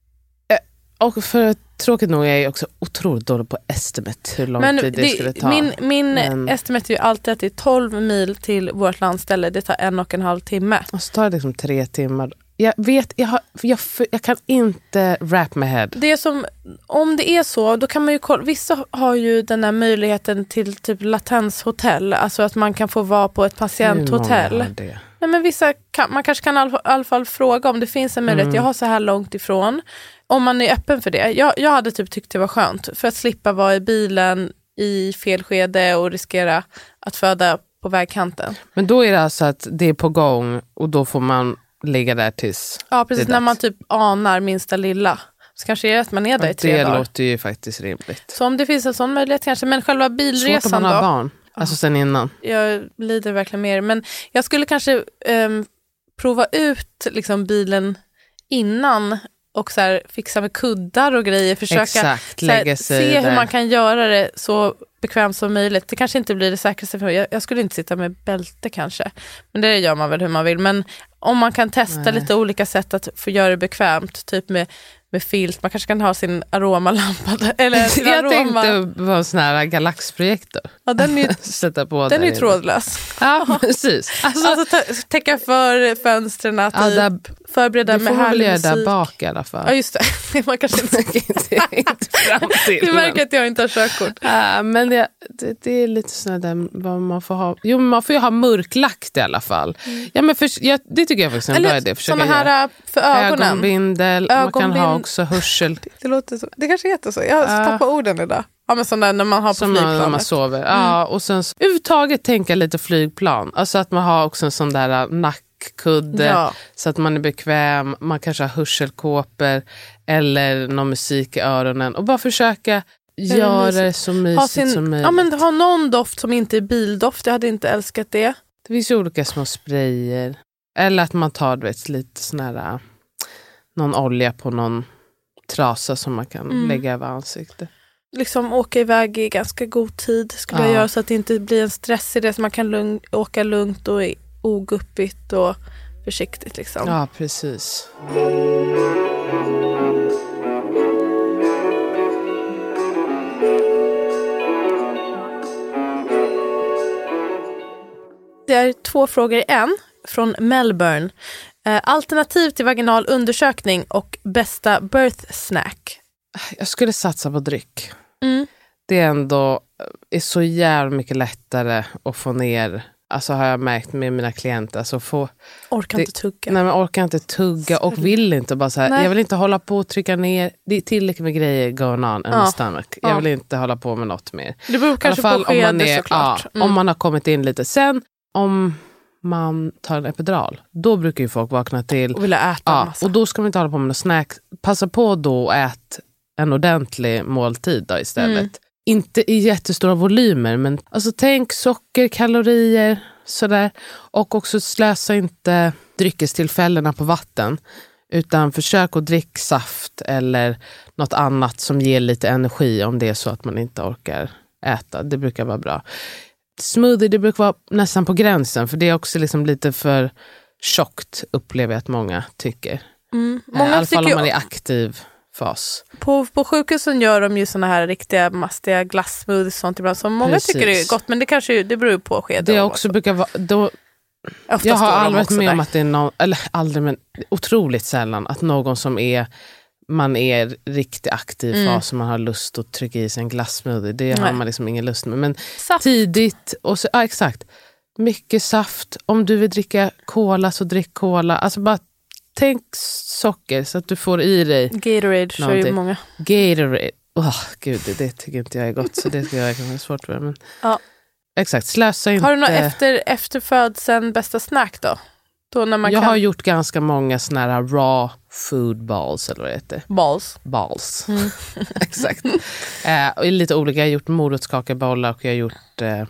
Och för tråkigt nog är jag också otroligt dålig på estimate hur lång Men tid det, det skulle ta. Min, min Men... estimate är ju alltid att det är tolv mil till vårt landställe. Det tar en och en halv timme. Och så tar det liksom tre timmar. Jag vet, jag, har, jag, jag kan inte wrap my head. Det är som, om det är så, då kan man ju kolla. Vissa har ju den här möjligheten till typ latenshotell. Alltså att man kan få vara på ett patienthotell. Nej, men vissa kan, man kanske kan i alla, alla fall fråga om det finns en möjlighet. Mm. Jag har så här långt ifrån. Om man är öppen för det. Jag, jag hade typ tyckt det var skönt. För att slippa vara i bilen i fel skede och riskera att föda på vägkanten. Men då är det alltså att det är på gång och då får man ligga där tills... Ja, precis. När man typ anar minsta lilla. Så kanske är det att man är där ja, i tre det dagar. Det låter ju faktiskt rimligt. Så om det finns en sån möjlighet kanske. Men själva bilresan svårt om man har barn. Alltså sen innan. Jag lider verkligen mer. Men jag skulle kanske um, prova ut liksom, bilen innan och så här, fixa med kuddar och grejer. Försöka Exakt, så här, lägga sig se där. Hur man kan göra det så bekvämt som möjligt. Det kanske inte blir det säkraste för mig. Jag, jag skulle inte sitta med bälte kanske. Men det gör man väl hur man vill. Men om man kan testa Nej. lite olika sätt att få göra det bekvämt. Typ med, med filt. Man kanske kan ha sin aromalampa. Eller sin jag aroma. tänkte på en sån här galaxprojektor. Ja, den är ju, Sätta på den är ju trådlös. Ja, precis. Alltså, alltså ta, täcka för fönstren. Ja, typ, där, förbereda med härlig musik. Du får väl göra där bak i alla fall. Ja, just det. Man kanske inte, inte fram till. Du märker att jag inte har körkort. Ja, men det, det, det är lite sådär där vad man får ha. Jo, man får ju ha mörklagt i alla fall. Mm. Ja, men för, ja, det tycker jag faktiskt är en bra idé. Sådana här för ögonen. Ögonbindel. Ögonbind... Man kan ha också hörsel. Det, låter så. Det kanske heter så. Jag har uh. tappat orden idag. Ja, men sån där när man har på som flygplanet. När man sover. Mm. Ja, och sen överhuvudtaget tänka lite flygplan. Alltså att man har också en sån där nackkudde. Ja. Så att man är bekväm. Man kanske har hörselkåpor. Eller någon musik i öronen. Och bara försöka göra det så mysigt sin, som möjligt. Ja, men ha någon doft som inte är bildoft. Jag hade inte älskat det. Det finns ju olika små sprayer. Eller att man tar vet, lite sån här... Någon olja på någon trasa som man kan mm. lägga över ansiktet. Liksom åka iväg i ganska god tid skulle ja. jag göra så att det inte blir en stress i det. Så man kan lugn, åka lugnt och oguppigt och försiktigt. Liksom. Ja, precis. Det är två frågor i en från Melbourne. Eh, alternativ till vaginal undersökning och bästa birth snack. Jag skulle satsa på dryck. Mm. Det är ändå är så jävla mycket lättare att få ner, alltså har jag märkt med mina klienter. Alltså få, orkar det, inte tugga. Nej, men orkar inte tugga och vill inte bara så här, jag vill inte hålla på och trycka ner. Det är tillräckligt med grejer going on in ja. my stomach. Jag vill inte hålla på med något mer. Det beror kanske fall, på skede såklart. Ja, mm. Om man har kommit in lite. Sen om man tar en epidural, då brukar ju folk vakna till och vilja äta ja, en massa. Och då ska man inte hålla på med något snack. Passa på då och ät en ordentlig måltid då istället. Mm. Inte i jättestora volymer, men alltså tänk socker, kalorier, sådär. Och också slösa inte dryckestillfällena på vatten, utan försök att dricka saft eller något annat som ger lite energi om det är så att man inte orkar äta. Det brukar vara bra. Smoothie, det brukar vara nästan på gränsen, för det är också liksom lite för tjockt, upplever jag att många tycker. Mm. Många I alla fall om man ju... är aktiv fas. På, på sjukhusen gör de ju såna här riktiga mastiga glassmoothies och sånt ibland som många Precis. tycker är gott, men det kanske det beror på skede. Det också brukar vara då, jag har aldrig varit med där. om att det är någon, eller aldrig men otroligt sällan att någon som är man är riktigt aktiv Mm. fas och man har lust att trycka i sig en glassmoothie. Det Nej. har man liksom ingen lust med. Men Saft. tidigt, och så, ja exakt. Mycket saft. Om du vill dricka cola så drick cola. Alltså bara tänk socker så att du får i dig Gatorade kör ju någonting. många. Gatorade. Åh gud, det, det tycker inte jag är gott. Så det ska jag verkligen ha svårt med. Men... Ja. Exakt, slösa inte. Har du något efter, efter födseln bästa snack då? Då när man jag kan... har gjort ganska många såna här raw food balls eller vad det heter. Balls. Balls. Mm. Exakt. Eh, och lite olika. Jag har gjort morotskakebollar och jag har gjort eh,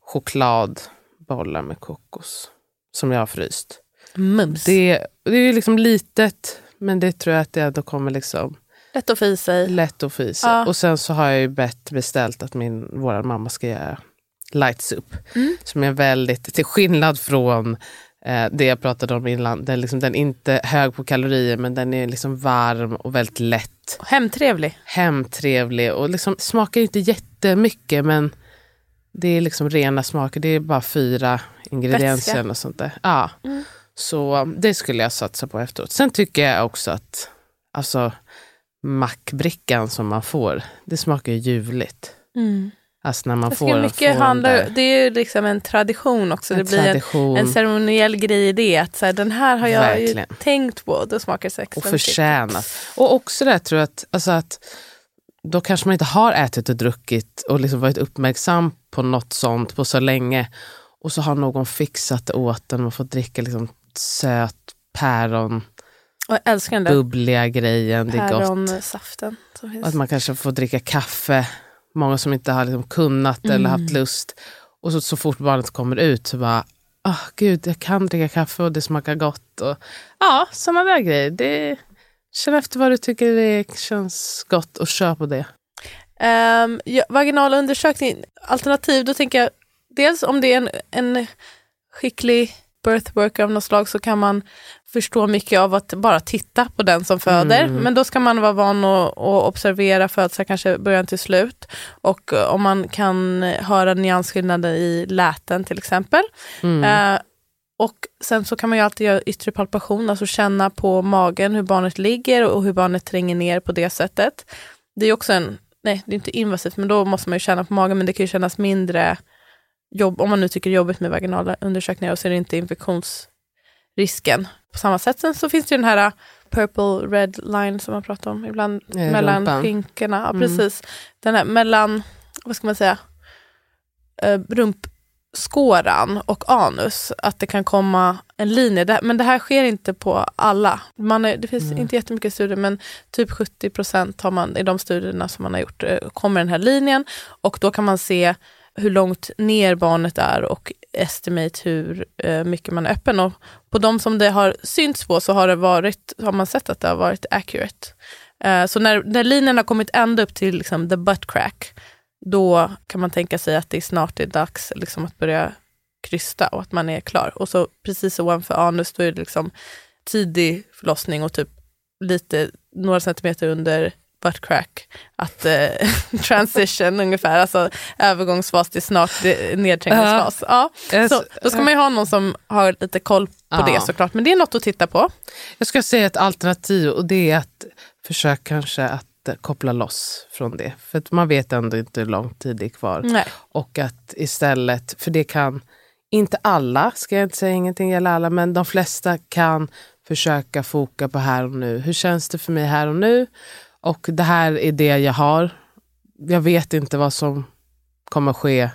chokladbollar med kokos. Som jag har fryst. Mums. Det, det är ju liksom litet, men det tror jag att det ändå kommer liksom Lätt att få i sig. lätt att få i sig. Ja. Och sen så har jag ju bett beställt att min, vår mamma ska göra light soup. Mm. Som är väldigt, till skillnad från eh, det jag pratade om innan. Den, liksom, den är inte hög på kalorier, men den är liksom varm och väldigt lätt. Hemtrevlig. Hemtrevlig och liksom smakar inte jättemycket, men det är liksom rena smaker. Det är bara fyra ingredienser Vätska. och sånt där. Ja. Mm. Så det skulle jag satsa på efteråt. Sen tycker jag också att alltså mackbrickan som man får, det smakar ju ljuvligt. Mm. Alltså när man Jag får, tycker får mycket den handlar, där. det är ju liksom en tradition också. En det blir tradition. En, en ceremoniell grej i det. Att så här, den här har jag Verkligen. ju tänkt på. Då smakar det så extra Och förtjänat. Och också det tror jag att, alltså att då kanske man inte har ätit och druckit och liksom varit uppmärksam på något sånt på så länge. Och så har någon fixat det åt den och fått dricka liksom söt päron, Och jag älskar den där bubbliga grejen. Det är gott. päronsaften som finns. Och att man kanske får dricka kaffe. Många som inte har liksom kunnat Mm. eller haft lust. Och så, så fort barnet kommer ut så bara, åh gud, jag kan dricka kaffe och det smakar gott. Och, ja, sådana där grejer. Det, känn efter vad du tycker det känns gott och kör på det. Um, ja, vaginal undersökning, alternativ, då tänker jag dels om det är en, en skicklig birthworker av något slag så kan man förstå mycket av att bara titta på den som föder. Mm. Men då ska man vara van att, att observera födslar kanske början till slut. Och om man kan höra nyansskillnader i läten till exempel. Mm. Uh, och sen så kan man ju alltid göra yttre palpation, alltså känna på magen hur barnet ligger och hur barnet tränger ner på det sättet. Det är också en, nej det är inte invasivt, men då måste man ju känna på magen, men det kan ju kännas mindre jobb, om man nu tycker det är jobbigt med vaginala undersökningar, och så är det inte infektionsrisken. På samma sätt sen så finns det ju den här purple red line som man pratar om ibland Ja, mellan rumpan. skinkorna. Ja, Mm. precis. Den här mellan, vad ska man säga, uh, rumpskåran och anus, att det kan komma en linje. Det, men det här sker inte på alla. Man är, det finns Mm. inte jättemycket studier, men typ sjuttio procent har man i de studierna som man har gjort, uh, kommer den här linjen, och då kan man se hur långt ner barnet är och estimate hur uh, mycket man är öppen. Och på de som det har synts på så har det varit, har man sett att det har varit accurate. Uh, så när, när linjen har kommit ända upp till liksom, the butt crack, då kan man tänka sig att det är snart är dags liksom, att börja krysta och att man är klar. Och så precis ovanför anus då är det liksom tidig förlossning och typ lite, några centimeter under butt crack, att eh, transition ungefär, alltså övergångsfas till snart nedträngningsfas. Ja. Så, då ska man ju ha någon som har lite koll på Ja. det såklart, men det är något att titta på. Jag ska säga ett alternativ, och det är att försöka kanske att eh, koppla loss från det. För att man vet ändå inte hur lång tid det är kvar. Nej. Och att istället, för det kan, inte alla, ska jag inte säga ingenting gäller alla, men de flesta kan försöka foka på här och nu. Hur känns det för mig här och nu? Och det här är det jag har. Jag vet inte vad som kommer ske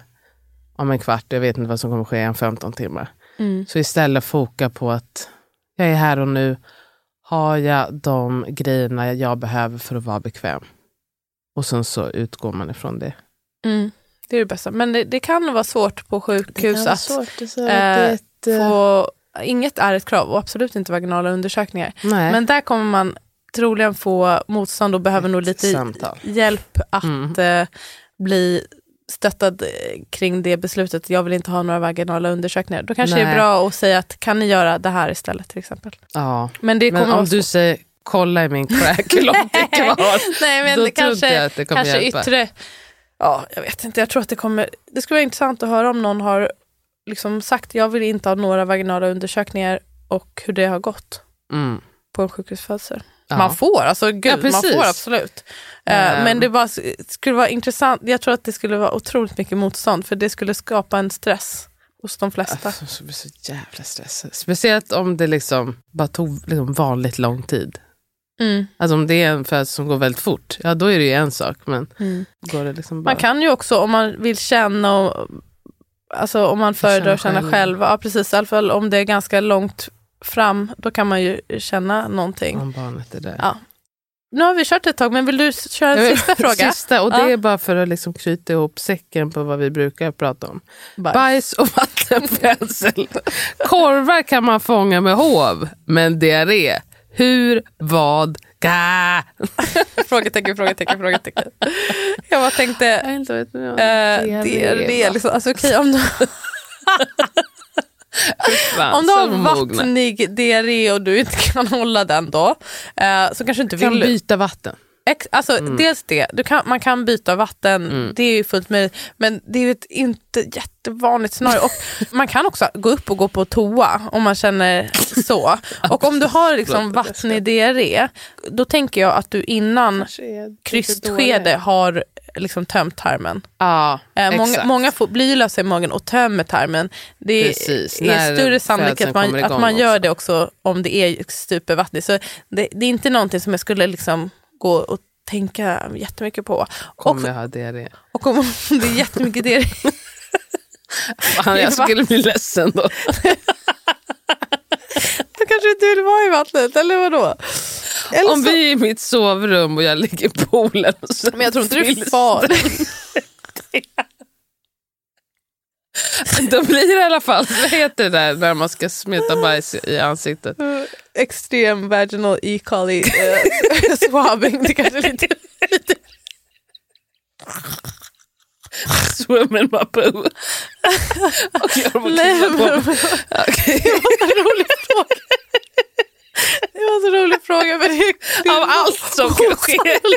om en kvart. Jag vet inte vad som kommer ske om femton timmar. Mm. Så istället foka på att jag är här och nu. Har jag de grejerna jag behöver för att vara bekväm? Och sen så utgår man ifrån det. Mm. Det är det bästa. Men det, det kan vara svårt på sjukhus att svårt att eh, få, inget är ett krav och absolut inte vaginala undersökningar. Nej. Men där kommer man troligen få motstånd och behöver nog lite samtal. hjälp att Mm. eh, bli stöttad kring det beslutet. Jag vill inte ha några vaginala undersökningar. Då kanske Nej. det är bra att säga att kan ni göra det här istället till exempel. Ja. Men det kommer Men vara om du svårt. säger kolla i min crack hur långt det är kvar. Nej, men då det tror inte jag kanske, att det kommer kanske hjälpa. yttre. Ja, jag vet inte. Jag tror att det kommer. Det skulle vara intressant att höra om någon har liksom sagt jag vill inte ha några vaginala undersökningar och hur det har gått Mm. på en sjukhusfödsel. Ja. Man får, alltså gud, Ja, man precis. får absolut. Uh, Mm. Men det bara skulle vara intressant. Jag tror att det skulle vara otroligt mycket motstånd, för det skulle skapa en stress hos de flesta. Alltså, så blir så jävla stressad. Speciellt om det liksom bara tog liksom vanligt lång tid. Mm. Alltså om det är en födsel som går väldigt fort, ja då är det ju en sak, men Mm. går det liksom bara... Man kan ju också, om man vill känna och, alltså om man föredrar att känna själv. själv, ja precis, i alla fall om det är ganska långt fram, då kan man ju känna någonting. Om barnet är där. Ja. Nu har vi kört ett tag, men vill du köra en sista fråga? Sista, och det Ja. är bara för att liksom knyta ihop säcken på vad vi brukar prata om. Bajs. Bajs och vattenfödsel. Korvar kan man fånga med hov, men diarré, hur, vad, ga? Frågetecken, frågetecken, frågetecken. Jag bara tänkte, Jag inte vet eh, det är det liksom, alltså okej, om du, om du har vattnig diarré och du inte kan hålla den då, eh, så kanske inte kan vill byta vatten. Ex, alltså Mm. dels det, du kan, man kan byta vatten, Mm. det är ju fullt möjligt, men det är ju ett inte jättevanligt scenario. Och man kan också gå upp och gå på toa om man känner så. Och om du har liksom vattnig diarré, då tänker jag att du innan krystskede har liksom tömt tarmen. Ja, Eh, många, exakt. många får bli lösa i magen och tömmer tarmen. Det Precis, är när större sannolikhet födseln att man, kommer igång att man gör också. det också om det är supervattnig. Så det, det är inte någonting som jag skulle liksom gå och tänka jättemycket på. Och, Kommer jag ha diarré? och om det är jättemycket diarré. Fan, jag skulle bli ledsen då. Då kanske du inte vill vara i vattnet, eller vadå? Eller Om så, vi är i mitt sovrum och jag ligger i poolen. Och så men jag tror inte det är farligt. Då blir det i alla fall, vad heter det där när man ska smeta bajs i ansiktet? Extrem vaginal E. coli uh, swabbing. Det kanske är lite... lite. Swim in my poo. Och jag må Nej, kissa på men, mig. Okej. det var en rolig fråga. Det var en så rolig fråga. Men det, det Av allt som kan ske.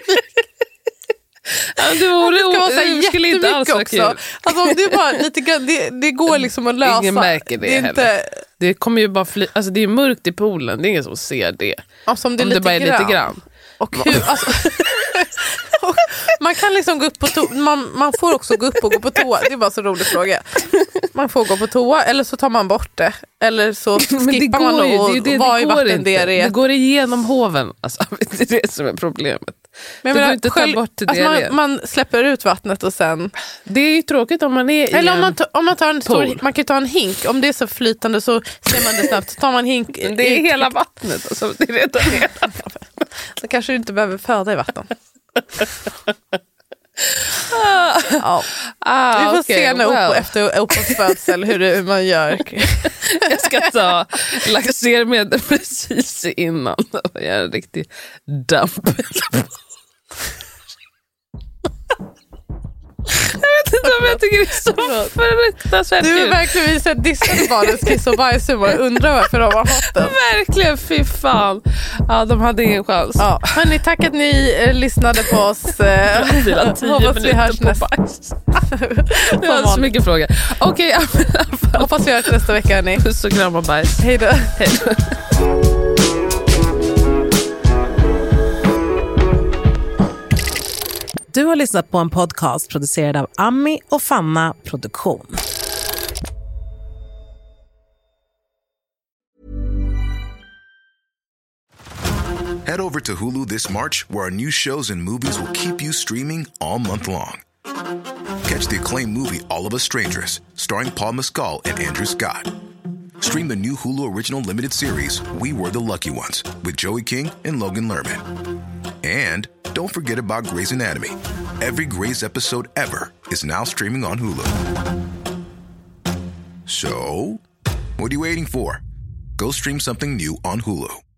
Ja, det vore, det ska vara så här det skulle inte alls jättemycket vara också. kul. Alltså, om det, är bara lite, grann- det, det går liksom att lösa. Ingen märker det, det är inte, heller. Det kommer ju bara fly, alltså det är mörkt i poolen, det är ingen som ser det. alltså, om det är Om lite det bara är grann. lite grann. Och hur, alltså, och man kan liksom gå upp på toa, man, man får också gå upp och gå på toa. Det är bara så en rolig fråga. Man får gå på toa, eller så tar man bort det. Eller så Men det skippar man går ju, och, det är ju det, och var det i går inte. vattendiarré. Det går igenom hoven. Alltså, det är det som är problemet. Men det jag går menar, inte att ta själv- bort det. alltså diarré. man, man släpper ut vattnet och sen... Det är ju tråkigt om man är i Eller om en... man, ta, om man tar en stor, pool. man kan ju ta en hink. Om det är så flytande så ser man det snabbt. Så tar man en hink. Det är hela vattnet. Alltså, det är redan hela. Så kanske du inte behöver föda i vatten. Ja. Ah, Vi får okay, se när well. Oppo, efter Oppos födsel hur, det, hur man gör. Jag ska ta laxermedel precis innan och göra en riktig damp. Jag vet inte om jag tycker det är så fruktansvärt Du är kul. verkligen visat dissade barnens kiss och bajshumor. Undrar varför de har fått den. Verkligen, fy fan. Ja, de hade ingen chans. Ja. Hörrni, tack att ni eh, lyssnade på oss. Eh, Fyra, tio hoppas vi hörs minuter på nästa bajs. Det var så mycket frågor. Okej, ja, men i alla fall. Hoppas vi hörs nästa vecka. Hörni. Puss och kram och bajs. Hej då. Hej då. Du har lyssnat på en podcast producerad av Ami och Fanna Produktion. Head over to Hulu this March, where our new shows and movies will keep you streaming all month long. Catch the acclaimed movie All of Us Strangers, starring Paul Mescal and Andrew Scott. Stream the new Hulu original limited series We Were the Lucky Ones with Joey King and Logan Lerman. And don't forget about Grey's Anatomy. Every Grey's episode ever is now streaming on Hulu. So, what are you waiting for? Go stream something new on Hulu.